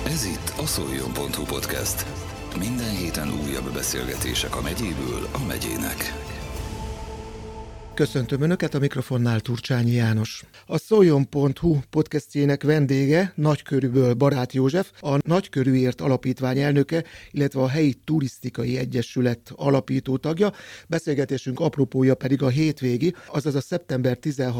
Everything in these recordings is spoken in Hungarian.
Ez itt a Szoljon.hu podcast. Minden héten újabb beszélgetések a megyéből a megyének. Köszöntöm Önöket, a mikrofonnál Turcsányi János. A Szoljon.hu podcastjének vendége Nagykörűből Barát József, a Nagykörűért Alapítvány elnöke, illetve a Helyi Turisztikai Egyesület alapító tagja. Beszélgetésünk apropója pedig a hétvégi, azaz a szeptember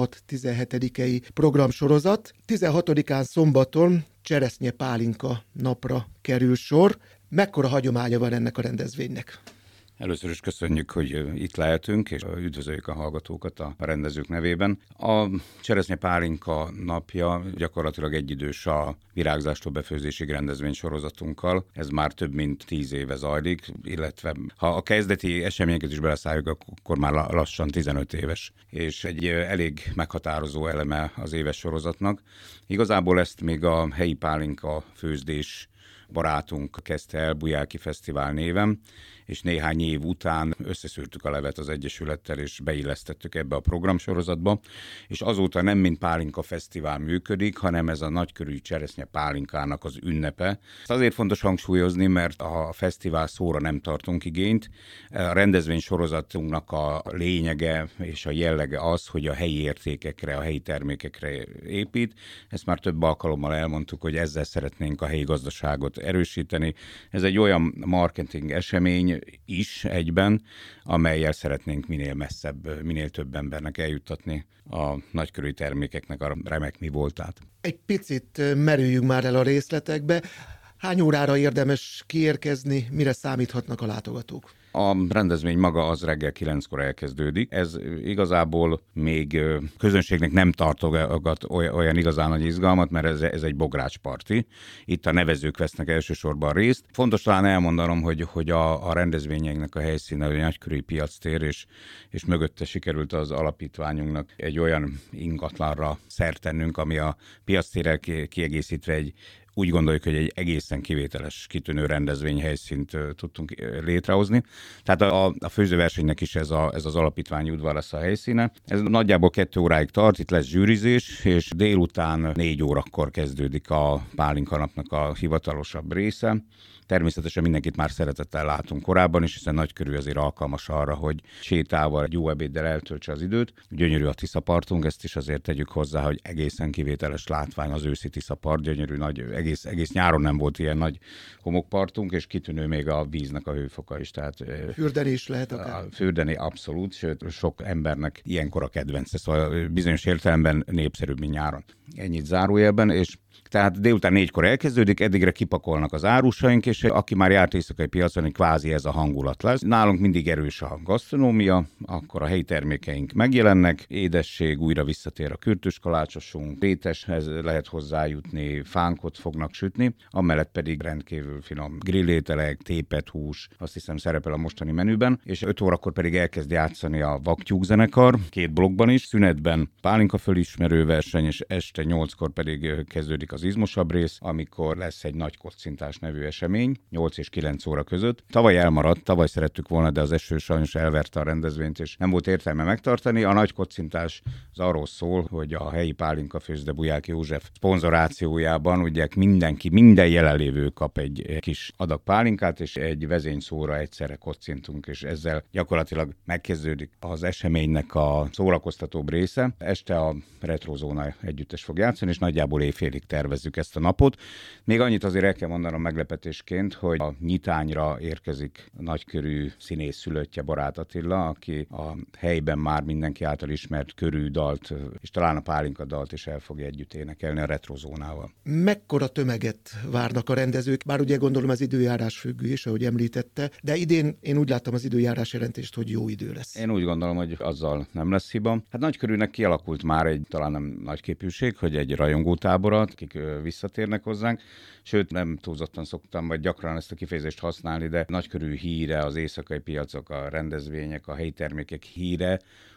16-17-i programsorozat. 16-án szombaton Cseresznye Pálinka napra kerül sor. Mekkora hagyománya van ennek a rendezvénynek? Először is köszönjük, hogy itt lehetünk, és üdvözöljük a hallgatókat a rendezők nevében. A Cseresznye Pálinka napja gyakorlatilag egyidős a virágzástól befőzésig rendezvénysorozatunkkal. Ez már több mint 10 éve zajlik, illetve ha a kezdeti eseményeket is beleszálljuk, akkor már lassan 15 éves, és egy elég meghatározó eleme az éves sorozatnak. Igazából ezt még a helyi pálinka főzdés barátunk kezdte el Bujáki Fesztivál néven, és néhány év után összeszűrtük a levet az Egyesülettel, és beillesztettük ebbe a programsorozatba, és azóta nem mint Pálinka Fesztivál működik, hanem ez a nagykörű cseresznye pálinkának az ünnepe. Ezt azért fontos hangsúlyozni, mert a fesztivál szóra nem tartunk igényt. A rendezvénysorozatunknak a lényege és a jellege az, hogy a helyi értékekre, a helyi termékekre épít. Ezt már több alkalommal elmondtuk, hogy ezzel szeretnénk a helyi gazdaságot erősíteni. Ez egy olyan marketing esemény is egyben, amellyel szeretnénk minél messzebb, minél több embernek eljuttatni a nagykörű termékeknek a remek mi voltát. Egy picit merüljünk már el a részletekbe. Hány órára érdemes kiérkezni, mire számíthatnak a látogatók? A rendezvény maga az reggel 9-kor elkezdődik. Ez igazából még közönségnek nem tartogat olyan igazán nagy izgalmat, mert ez egy bográcsparti. Itt a nevezők vesznek elsősorban részt. Fontos talán elmondanom, hogy a rendezvényeinknek a helyszíne a nagykörű piactér, és mögötte sikerült az alapítványunknak egy olyan ingatlanra szert tennünk, ami a piactérrel kiegészítve úgy gondoljuk, hogy egy egészen kivételes, kitűnő rendezvényhelyszínt tudtunk létrehozni. Tehát a főzőversenynek is ez az alapítvány udvar lesz a helyszíne. Ez nagyjából 2 óráig tart, itt lesz zsűrizés, és délután 4 órakor kezdődik a Pálinka napnak a hivatalosabb része. Természetesen mindenkit már szeretettel látunk korábban is, hiszen Nagykörű azért alkalmas arra, hogy sétával, egy jó ebéddel eltöltse az időt. Gyönyörű a Tiszapartunk, ezt is azért tegyük hozzá, hogy egészen kivételes látvány az őszi Tiszapart, gyönyörű nagy, egész nyáron nem volt ilyen nagy homokpartunk, és kitűnő még a víznek a hőfoka is. Tehát fürdeni is lehet akár? Fürdeni abszolút, sőt sok embernek ilyenkor a kedvence, szóval bizonyos értelemben népszerűbb, mint nyáron. Ennyit zárójelben, és tehát délután 4-kor elkezdődik, eddigre kipakolnak az árusaink, és aki már járt éjszakai piacon, kvázi ez a hangulat lesz. Nálunk mindig erős a gasztronómia, akkor a helyi termékeink megjelennek, édesség, újra visszatér a kürtös kalácsosunk, réteshez lehet hozzájutni, fánkot fognak sütni, amellett pedig rendkívül finom grillételek, tépet hús, azt hiszem szerepel a mostani menüben, és 5 órakor pedig elkezd játszani a Vaktyúk zenekar, 2 blokkban is, szünetben pálinka fölismerő verseny, és este 8-kor pedig kezdődik az izmosabb rész, amikor lesz egy nagy kocintás nevű esemény, 8 és 9 óra között. Tavaly elmaradt, tavaly szerettük volna, de az eső sajnos elverte a rendezvényt, és nem volt értelme megtartani. A nagy kocintás az arról szól, hogy a helyi pálinka főzde Bujáki József szponzorációjában ugye minden jelenlévő kap egy kis adag pálinkát, és egy vezényszóra egyszerre kocintunk, és ezzel gyakorlatilag megkezdődik az eseménynek a szórakoztatóbb része. Este a Retrozóna együttes fog játszani, és nagyjából éjfélig tervezzük ezt a napot. Még annyit azért el kell mondanom meglepetésként, hogy a nyitányra érkezik a nagykörű színész szülöttje Barát Attila, aki a helyben már mindenki által ismert körű dalt, és talán a pálinka dalt is el fogja együtt énekelni a Retrozónával. Mekkora tömeget várnak a rendezők? Bár ugye gondolom ez időjárás függő is, ahogy említette, de idén én úgy láttam az időjárás jelentést, hogy jó idő lesz. Én úgy gondolom, hogy azzal nem lesz hiba. Hát Nagykörűnek kialakult már egy talán nem nagy képűség, hogy egy rajongótáborat, akik visszatérnek hozzánk. Sőt, nem túlzottan szoktam, vagy gyakran ezt a kifejezést használni, de nagykörű híre, az éjszakai piacok, a rendezvények, a helyi termékek híre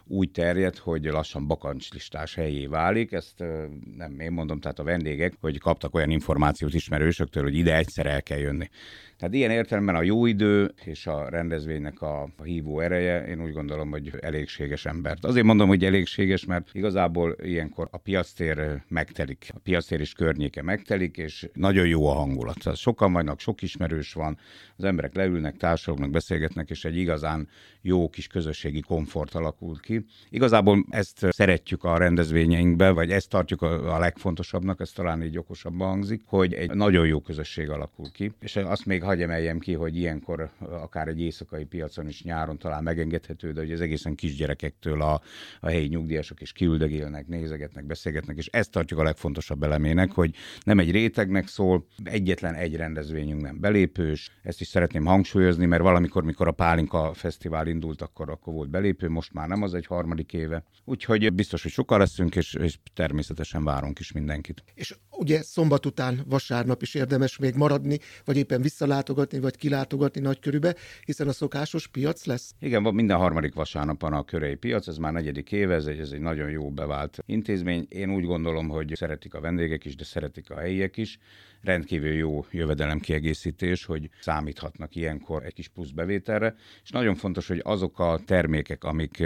úgy terjed, hogy lassan bakancslistás helyé válik. Ezt nem én mondom, tehát a vendégek, hogy kaptak olyan információt ismerősöktől, hogy ide egyszer el kell jönni. Tehát ilyen értelemben a jó idő és a rendezvénynek a hívó ereje, én úgy gondolom, hogy elégséges embert. Azért mondom, hogy elégséges, mert igazából ilyenkor a piactér megtelik, a piactér is környéke megtelik, és nagyon jó a hangulat. Tehát sokan vannak, sok ismerős van, az emberek leülnek, társalognak, beszélgetnek, és egy igazán jó kis közösségi komfort alakul ki. Igazából ezt szeretjük a rendezvényeinkben, vagy ezt tartjuk a legfontosabbnak, ez talán így okosabban hangzik, hogy egy nagyon jó közösség alakul ki. És azt még hadd emeljem ki, hogy ilyenkor akár egy éjszakai piacon is nyáron talán megengedhető, de hogy az egészen kisgyerekektől a helyi nyugdíjasok is kiüldögélnek, nézegetnek, beszélgetnek, és ezt tartjuk a legfontosabb elemének, hogy nem egy rétegnek szól, egyetlen egy rendezvényünk nem belépős. Ezt is szeretném hangsúlyozni, mert valamikor, mikor a Pálinka Fesztivál indult, akkor volt belépő, most már nem, az egy 3. éve. Úgyhogy biztos, hogy sokan leszünk, és természetesen várunk is mindenkit. És ugye szombat után vasárnap is érdemes még maradni, vagy éppen visszalátogatni, vagy kilátogatni Nagykörűbe, hiszen a szokásos piac lesz. Igen, van minden 3. vasárnapon a körei piac, ez már 4. éve, ez egy nagyon jó bevált intézmény. Én úgy gondolom, hogy szeretik a vendégek is, de szeretik a helyiek is. Rendkívül jó jövedelemkiegészítés, hogy számíthatnak ilyenkor egy kis plusz bevételre, és nagyon fontos, hogy azok a termékek,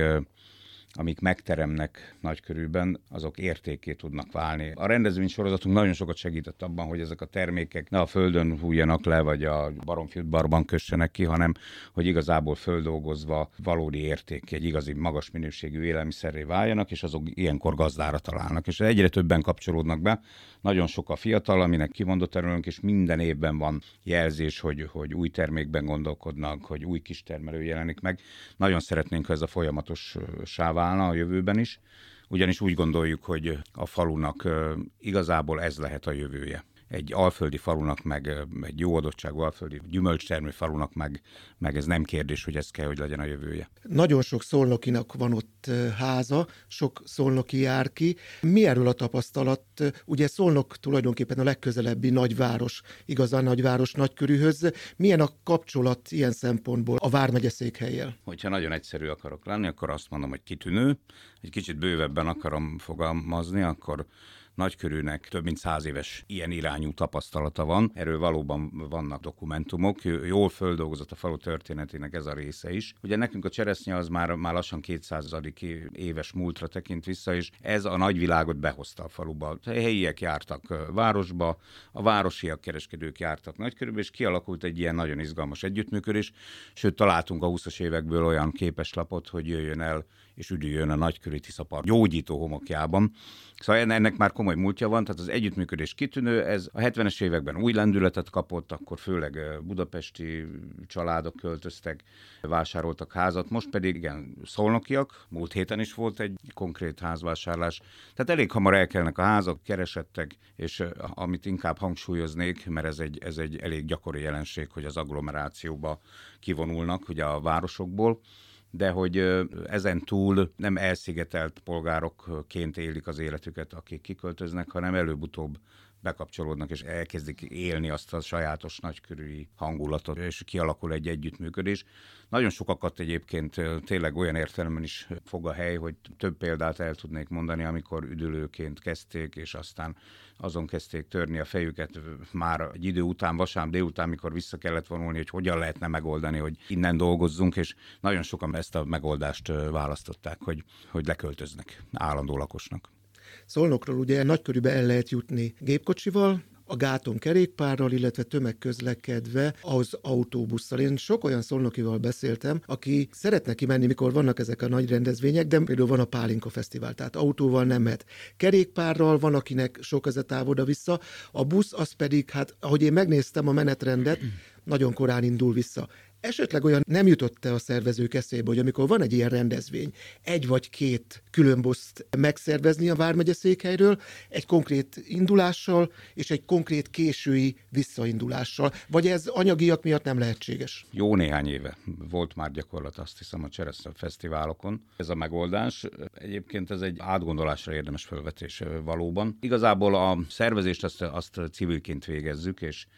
amik megteremnek Nagykörűben, azok értékké tudnak válni. A rendezvénysorozatunk nagyon sokat segített abban, hogy ezek a termékek ne a földön hújjanak le, vagy a baromfiútbarban kössenek ki, hanem hogy igazából földolgozva valódi érték, egy igazi magas minőségű élelmiszerré váljanak, és azok ilyenkor gazdára találnak. És egyre többen kapcsolódnak be. Nagyon sok a fiatal, aminek kimondott erőnk, és minden évben van jelzés, hogy új termékben gondolkodnak, hogy új kistermelő jelenik meg. Nagyon szeretnénk, ha ez a folyamatossá válna a jövőben is, ugyanis úgy gondoljuk, hogy a falunak igazából ez lehet a jövője. Egy alföldi falunak, meg egy jó adottságú alföldi gyümölcstermő falunak, meg ez nem kérdés, hogy ez kell, hogy legyen a jövője. Nagyon sok szolnokinak van ott háza, sok szolnoki jár ki. Mi erről a tapasztalat? Ugye Szolnok tulajdonképpen a legközelebbi nagyváros, igazán nagyváros Nagykörűhöz. Milyen a kapcsolat ilyen szempontból a vármegye székhellyel? Hogyha nagyon egyszerű akarok lenni, akkor azt mondom, hogy kitűnő. Egy kicsit bővebben akarom fogalmazni, akkor Nagykörűnek több mint 100 éves ilyen irányú tapasztalata van. Erről valóban vannak dokumentumok. Jól földolgozott a falu történetének ez a része is. Ugye nekünk a cseresznye az már lassan 200. éves múltra tekint vissza, és ez a nagyvilágot behozta a faluba. A helyiek jártak városba, a városiak, kereskedők jártak Nagykörűbe, és kialakult egy ilyen nagyon izgalmas együttműködés. Sőt, találtunk a 20-as évekből olyan képeslapot, hogy jöjjön el és üdüljön a Nagykörű Tiszapark gyógyító homokjában. Szóval ennek már komoly múltja van, tehát az együttműködés kitűnő, ez a 70-es években új lendületet kapott, akkor főleg budapesti családok költöztek, vásároltak házat, most pedig igen, szolnokiak, múlt héten is volt egy konkrét házvásárlás, tehát elég hamar elkelnek a házak, keresettek, és amit inkább hangsúlyoznék, mert ez egy elég gyakori jelenség, hogy az agglomerációba kivonulnak ugye a városokból, de hogy ezen túl nem elszigetelt polgárokként élik az életüket, akik kiköltöznek, hanem előbb-utóbb bekapcsolódnak, és elkezdik élni azt a sajátos nagykörűi hangulatot, és kialakul egy együttműködés. Nagyon sokakat egyébként tényleg olyan értelemben is fog a hely, hogy több példát el tudnék mondani, amikor üdülőként kezdték, és aztán azon kezdték törni a fejüket már egy idő után, vasárnap délután, mikor vissza kellett vonulni, hogy hogyan lehetne megoldani, hogy innen dolgozzunk, és nagyon sokan ezt a megoldást választották, hogy leköltöznek állandó lakosnak. Szolnokról ugye Nagykörűbe el lehet jutni gépkocsival, a gáton kerékpárral, illetve tömegközlekedve az autóbusszal. Én sok olyan szolnokival beszéltem, aki szeretne kimenni, mikor vannak ezek a nagy rendezvények, de például van a Pálinka Fesztivál, tehát autóval nem mehet. Kerékpárral van, akinek sok ez a táv oda-vissza, a busz az pedig, hát ahogy én megnéztem a menetrendet, nagyon korán indul vissza. Esetleg olyan nem jutott-e a szervezők eszébe, hogy amikor van egy ilyen rendezvény, egy vagy két külön buszt megszervezni a vármegye székhelyről, egy konkrét indulással és egy konkrét késői visszaindulással, vagy ez anyagiak miatt nem lehetséges? Jó néhány éve volt már gyakorlat, azt hiszem, a Cseresznye fesztiválokon. Ez a megoldás. Egyébként ez egy átgondolásra érdemes felvetés valóban. Igazából a szervezést azt civilként végezzük, és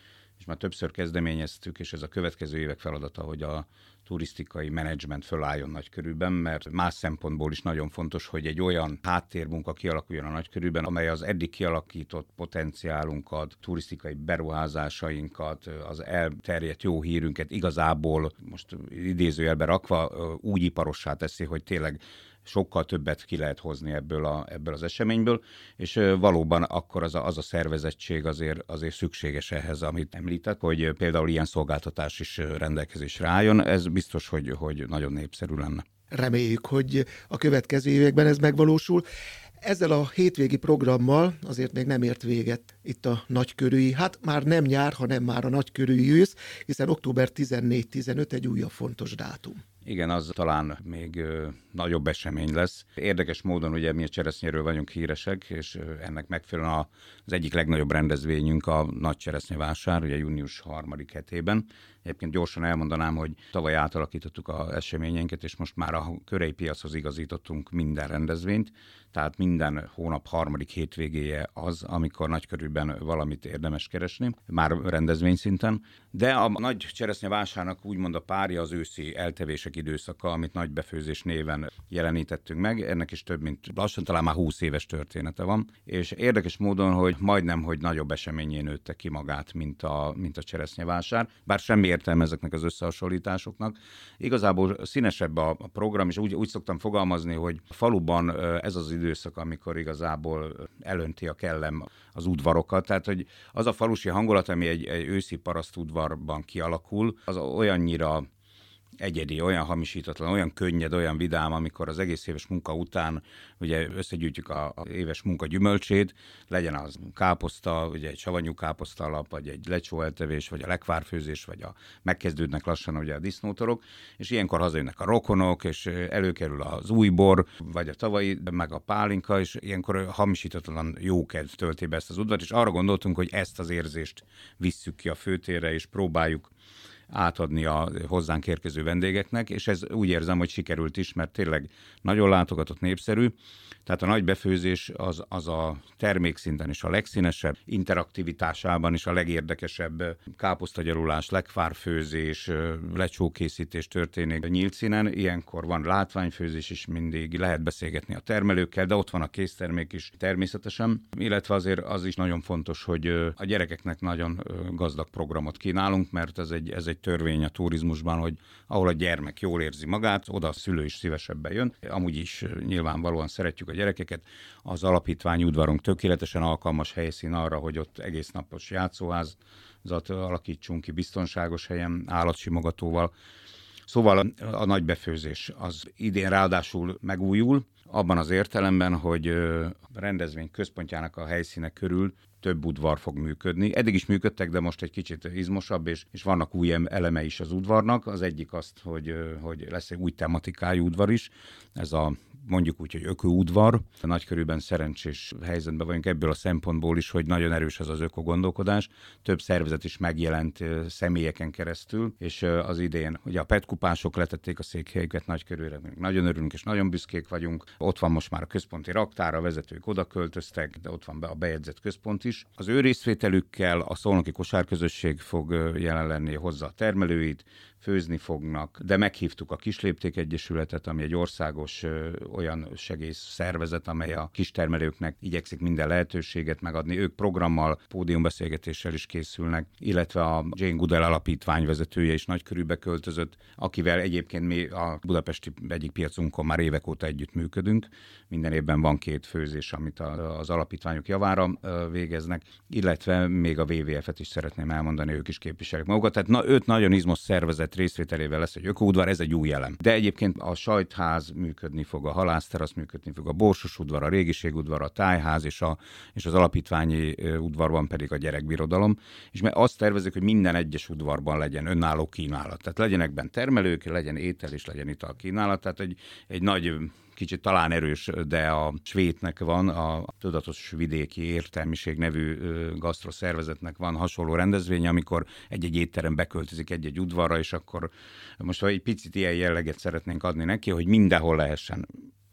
és már többször kezdeményeztük, és ez a következő évek feladata, hogy a turisztikai menedzsment fölálljon Nagykörűben, mert más szempontból is nagyon fontos, hogy egy olyan háttérmunka kialakuljon a Nagykörűben, amely az eddig kialakított potenciálunkat, turisztikai beruházásainkat, az elterjedt jó hírünket igazából, most idézőjelbe rakva, úgy iparossá teszi, hogy tényleg sokkal többet ki lehet hozni ebből az eseményből, és valóban akkor az a szervezettség azért szükséges ehhez, amit említett, hogy például ilyen szolgáltatás is rendelkezésre álljon. Ez biztos, hogy nagyon népszerű lenne. Reméljük, hogy a következő években ez megvalósul. Ezzel a hétvégi programmal azért még nem ért véget itt a nagykörűi, hát már nem nyár, hanem már a nagykörűi ősz, hiszen október 14-15 egy újabb fontos dátum. Igen, az talán még nagyobb esemény lesz. Érdekes módon ugye mi a cseresznyéről vagyunk híresek, és ennek megfelelően az egyik legnagyobb rendezvényünk a Nagy Cseresznyevásár, ugye június 3. hetében. Egyébként gyorsan elmondanám, hogy tavaly átalakítottuk az eseményeinket, és most már a körei piachoz igazítottunk minden rendezvényt, tehát minden hónap 3. hétvégéje az, amikor Nagykörűben valamit érdemes keresni, már rendezvényszinten. De a Nagy Cseresznyevásárnak úgymond a párja az őszi eltevések időszaka, amit nagy befőzés néven jelenítettünk meg. Ennek is több mint lassan talán már 20 éves története van. És érdekes módon, hogy majdnem, hogy nagyobb eseményé nőtte ki magát, mint a Cseresznyevásár. Bár semmi értelme ezeknek az összehasonlításoknak. Igazából színesebb a program, és úgy szoktam fogalmazni, hogy a faluban ez az időszak, amikor igazából elönti a kellem az udvarokat. Tehát, hogy az a falusi hangulat, ami egy őszi parasztudvarban kialakul, az olyannyira egyedi, olyan hamisítatlan, olyan könnyed, olyan vidám, amikor az egész éves munka után ugye összegyűjtjük a éves munka gyümölcsét, legyen az káposzta, ugye egy savanyú káposztalap, vagy egy lecsóeltevés, vagy a lekvárfőzés, vagy megkezdődnek lassan ugye a disznótorok, és ilyenkor hazajönnek a rokonok, és előkerül az új bor, vagy a tavalyi, meg a pálinka, és ilyenkor hamisítatlan jókedv tölti be ezt az udvart, és arra gondoltunk, hogy ezt az érzést visszük ki a főtérre, és próbáljuk átadni a hozzánk érkező vendégeknek, és ez úgy érzem, hogy sikerült is, mert tényleg nagyon látogatott, népszerű. Tehát a nagy befőzés az a termékszinten is a legszínesebb, interaktivitásában is a legérdekesebb, káposztagyarulás, lekvárfőzés, lecsókészítés történik nyílt színen. Ilyenkor van látványfőzés is mindig, lehet beszélgetni a termelőkkel, de ott van a késztermék is természetesen. Illetve azért az is nagyon fontos, hogy a gyerekeknek nagyon gazdag programot kínálunk, mert ez egy törvény a turizmusban, hogy ahol a gyermek jól érzi magát, oda a szülő is szívesebben jön. Amúgy is nyilvánvalóan szeretjük a gyerekeket. Az alapítvány udvarunk tökéletesen alkalmas helyszín arra, hogy ott egész napos játszóházat alakítsunk ki biztonságos helyen, állatsimogatóval. Szóval a nagy befőzés az idén ráadásul megújul, abban az értelemben, hogy a rendezvény központjának a helyszíne körül több udvar fog működni. Eddig is működtek, de most egy kicsit izmosabb, és vannak új eleme is az udvarnak. Az egyik azt, hogy lesz egy új tematikájú udvar is. Ez mondjuk úgy, hogy ökoudvar. Nagykörűben szerencsés helyzetben vagyunk ebből a szempontból is, hogy nagyon erős az ökogondolkodás. Több szervezet is megjelent személyeken keresztül, és az idén ugye a PET-kupások letették a székhelyüket Nagykörűre. Nagyon örülünk és nagyon büszkék vagyunk. Ott van most már a központi raktár, a vezetők oda költöztek, de ott van a bejegyzett központ is. Az ő részvételükkel a szolnoki kosárközösség fog jelen lenni, hozzá a termelőit, főzni fognak, de meghívtuk a Kislépték Egyesületet, ami egy országos olyan segélyszervezet, amely a kistermelőknek igyekszik minden lehetőséget megadni. Ők programmal, pódiumbeszélgetéssel is készülnek, illetve a Jane Goodall alapítvány vezetője is Nagykörűbe költözött, akivel egyébként mi a budapesti egyik piacunkon már évek óta együtt működünk. Minden évben van 2 főzés, amit az alapítványok javára végeznek, illetve még a WWF-et is szeretném elmondani, ők is képviselik magukat. Tehát 5 nagyon izmos szervezet részvételével lesz egy ökoudvar, ez egy új elem. De egyébként a sajtház működni fog, a halászterasz működni fog, a borsos udvar, a régiségudvar, a tájház és az alapítványi udvarban pedig a gyerekbirodalom. És mert azt tervezik, hogy minden egyes udvarban legyen önálló kínálat. Tehát legyenek benne termelők, legyen étel és legyen ital kínálat. Tehát egy nagy, kicsit talán erős, de a Svétnek van, a Tudatos Vidéki Értelmiség nevű gasztroszervezetnek van hasonló rendezvény, amikor egy-egy étterem beköltözik egy-egy udvarra, és akkor most egy picit ilyen jelleget szeretnénk adni neki, hogy mindenhol lehessen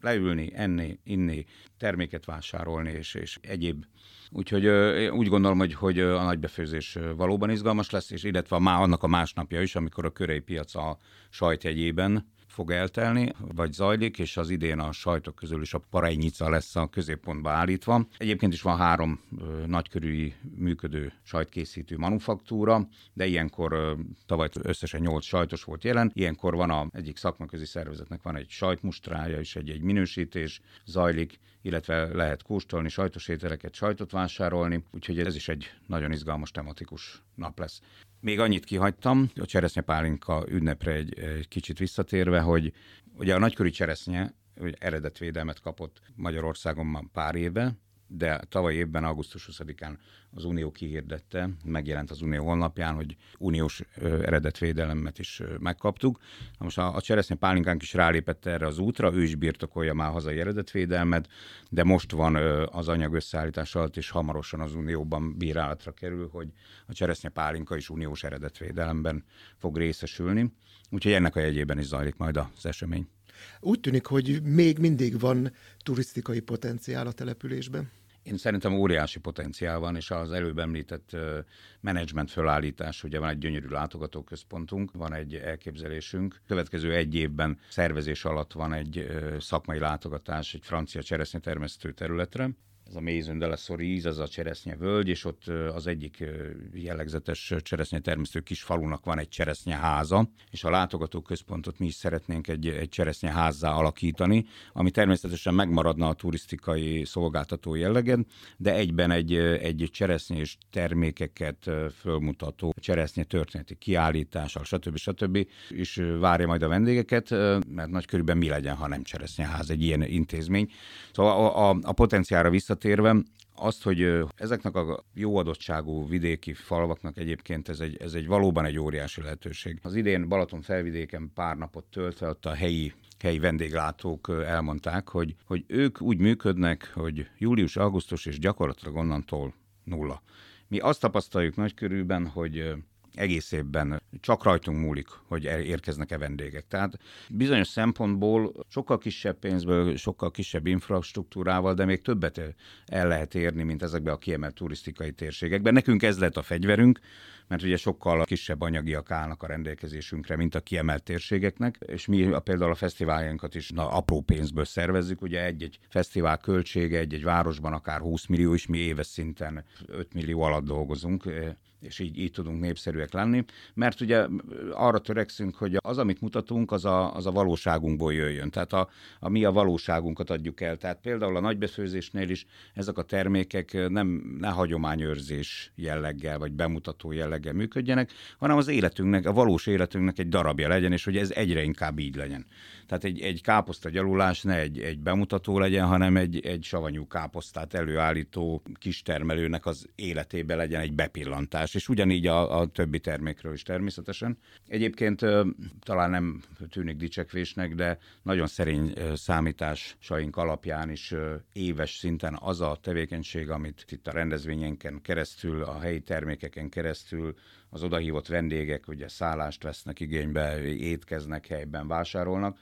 leülni, enni, inni, terméket vásárolni és egyéb. Úgyhogy úgy gondolom, hogy a nagybefőzés valóban izgalmas lesz, és illetve annak a másnapja is, amikor a körei piac a sajt jegyében fog eltelni, vagy zajlik, és az idén a sajtok közül is a Parejnica lesz a középpontba állítva. Egyébként is van 3 nagykörű működő sajtkészítő manufaktúra, de ilyenkor tavaly összesen 8 sajtos volt jelen. Ilyenkor van egyik szakmaközi szervezetnek van egy sajtmustrája és egy minősítés zajlik, illetve lehet kóstolni sajtos ételeket, sajtot vásárolni, úgyhogy ez is egy nagyon izgalmas tematikus nap lesz. Még annyit kihagytam, a cseresznyepálinka ünnepre egy kicsit visszatérve, hogy ugye a nagykörű cseresznye eredetvédelmet kapott Magyarországon már pár éve, de tavaly évben, augusztus 20-án az Unió kihirdette, megjelent az Unió honlapján, hogy uniós eredetvédelemet is megkaptuk. Most a cseresznyepálinkánk is rálépett erre az útra, ő is birtokolja már hazai eredetvédelmet, de most van az anyag összeállítás alatt, és hamarosan az Unióban bírálatra kerül, hogy a cseresznyepálinka is uniós eredetvédelemben fog részesülni. Úgyhogy ennek a jegyében is zajlik majd az esemény. Úgy tűnik, hogy még mindig van turisztikai potenciál a településben. Én szerintem óriási potenciál van, és az előbb említett menedzsment fölállítás, ugye van egy gyönyörű látogatóközpontunk, van egy elképzelésünk. Következő 1 évben szervezés alatt van egy szakmai látogatás egy francia cseresznyetermesztő területre. Ez a Maison de la Cerise, az a cseresznyevölgy, és ott az egyik jellegzetes cseresznyetermesztő kis falunak van egy cseresznyeháza, és a látogatóközpontot mi is szeretnénk egy cseresznyeházzá alakítani, ami természetesen megmaradna a turisztikai szolgáltató jellegen, de egyben egy cseresznyés termékeket fölmutató cseresznye történeti kiállítással, stb. És várja majd a vendégeket, mert nagy körülben mi legyen, ha nem cseresznyeház, egy ilyen intézmény. Szóval a potenciálra visszatérve, azt, hogy ezeknek a jó adottságú vidéki falvaknak egyébként ez egy valóban egy óriási lehetőség. Az idén Balaton felvidéken pár napot töltve ott a helyi vendéglátók elmondták, hogy ők úgy működnek, hogy július, augusztus és gyakorlatilag onnantól 0. Mi azt tapasztaljuk nagykörűben, hogy egész évben csak rajtunk múlik, hogy érkeznek-e vendégek. Tehát bizonyos szempontból sokkal kisebb pénzből, sokkal kisebb infrastruktúrával, de még többet el lehet érni, mint ezekben a kiemelt turisztikai térségekben. Nekünk ez lett a fegyverünk, mert ugye sokkal kisebb anyagiak állnak a rendelkezésünkre, mint a kiemelt térségeknek, és mi például a fesztiváljainkat is apró pénzből szervezzük. Ugye egy fesztivál költsége egy városban akár 20 millió is, mi éves szinten 5 millió alatt dolgozunk, és így tudunk népszerűek lenni, mert ugye arra törekszünk, hogy az, amit mutatunk, az a valóságunkból jöjjön. Tehát mi a valóságunkat adjuk el. Tehát például a nagybefőzésnél is ezek a termékek ne hagyományőrzés jelleggel, vagy bemutató jelleggel működjenek, hanem az életünknek, a valós életünknek egy darabja legyen, és hogy ez egyre inkább így legyen. Tehát egy káposzta gyalulás ne egy bemutató legyen, hanem egy savanyú káposztát előállító kistermelőnek az életébe legyen egy bepillantás, és ugyanígy a többi termékről is természetesen. Egyébként talán nem tűnik dicsekvésnek, de nagyon szerény számításaink alapján is éves szinten az a tevékenység, amit itt a rendezvényenken keresztül, a helyi termékeken keresztül az odahívott vendégek ugye szállást vesznek igénybe, étkeznek helyben, vásárolnak.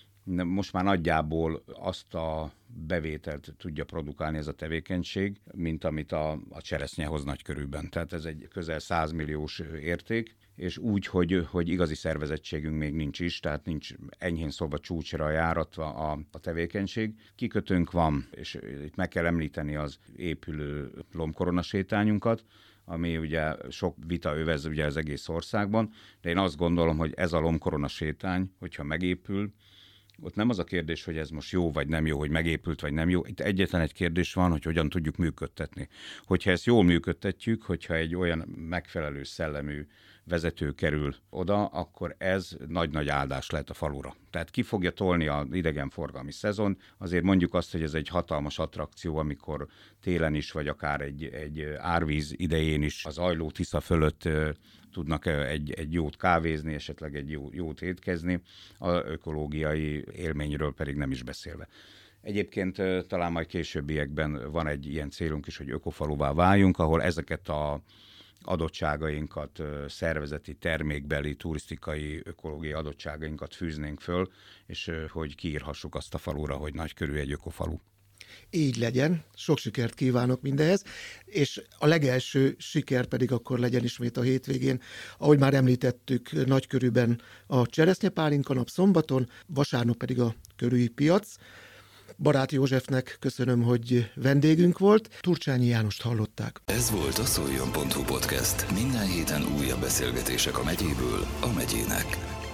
Most már nagyjából azt a bevételt tudja produkálni ez a tevékenység, mint amit a cseresznye hoz nagy körülben. Tehát ez egy közel 100 milliós érték, és úgy, hogy igazi szervezettségünk még nincs is, tehát nincs enyhén szólva csúcsra járatva a tevékenység. Kikötőnk van, és itt meg kell említeni az épülő lombkoronasétányunkat, ami ugye sok vita övez ugye az egész országban, de én azt gondolom, hogy ez a lombkorona sétány, hogyha megépül, ott nem az a kérdés, hogy ez most jó vagy nem jó, hogy megépült vagy nem jó. Itt egyetlen egy kérdés van, hogy hogyan tudjuk működtetni. Hogyha ezt jól működtetjük, hogyha egy olyan megfelelő szellemű vezető kerül oda, akkor ez nagy-nagy áldás lehet a falura. Tehát ki fogja tolni az idegenforgalmi szezon. Azért mondjuk azt, hogy ez egy hatalmas attrakció, amikor télen is, vagy akár egy árvíz idején is az Ajló Tisza fölött tudnak egy jót kávézni, esetleg egy jót étkezni, az ökológiai élményről pedig nem is beszélve. Egyébként talán majd későbbiekben van egy ilyen célunk is, hogy ökofaluvá váljunk, ahol ezeket adottságainkat, szervezeti, termékbeli, turisztikai, ökológiai adottságainkat fűznénk föl, és hogy kiírhassuk azt a falura, hogy Nagykörű egy ökofalu. Így legyen, sok sikert kívánok mindehez, és a legelső siker pedig akkor legyen ismét a hétvégén, ahogy már említettük, Nagykörűben a Cseresznyepálinka nap szombaton, vasárnap pedig a körüli piac. Barát Józsefnek köszönöm, hogy vendégünk volt. Turcsányi Jánost hallották. Ez volt a Szoljon.hu podcast. Minden héten újabb beszélgetések a megyéből a megyének.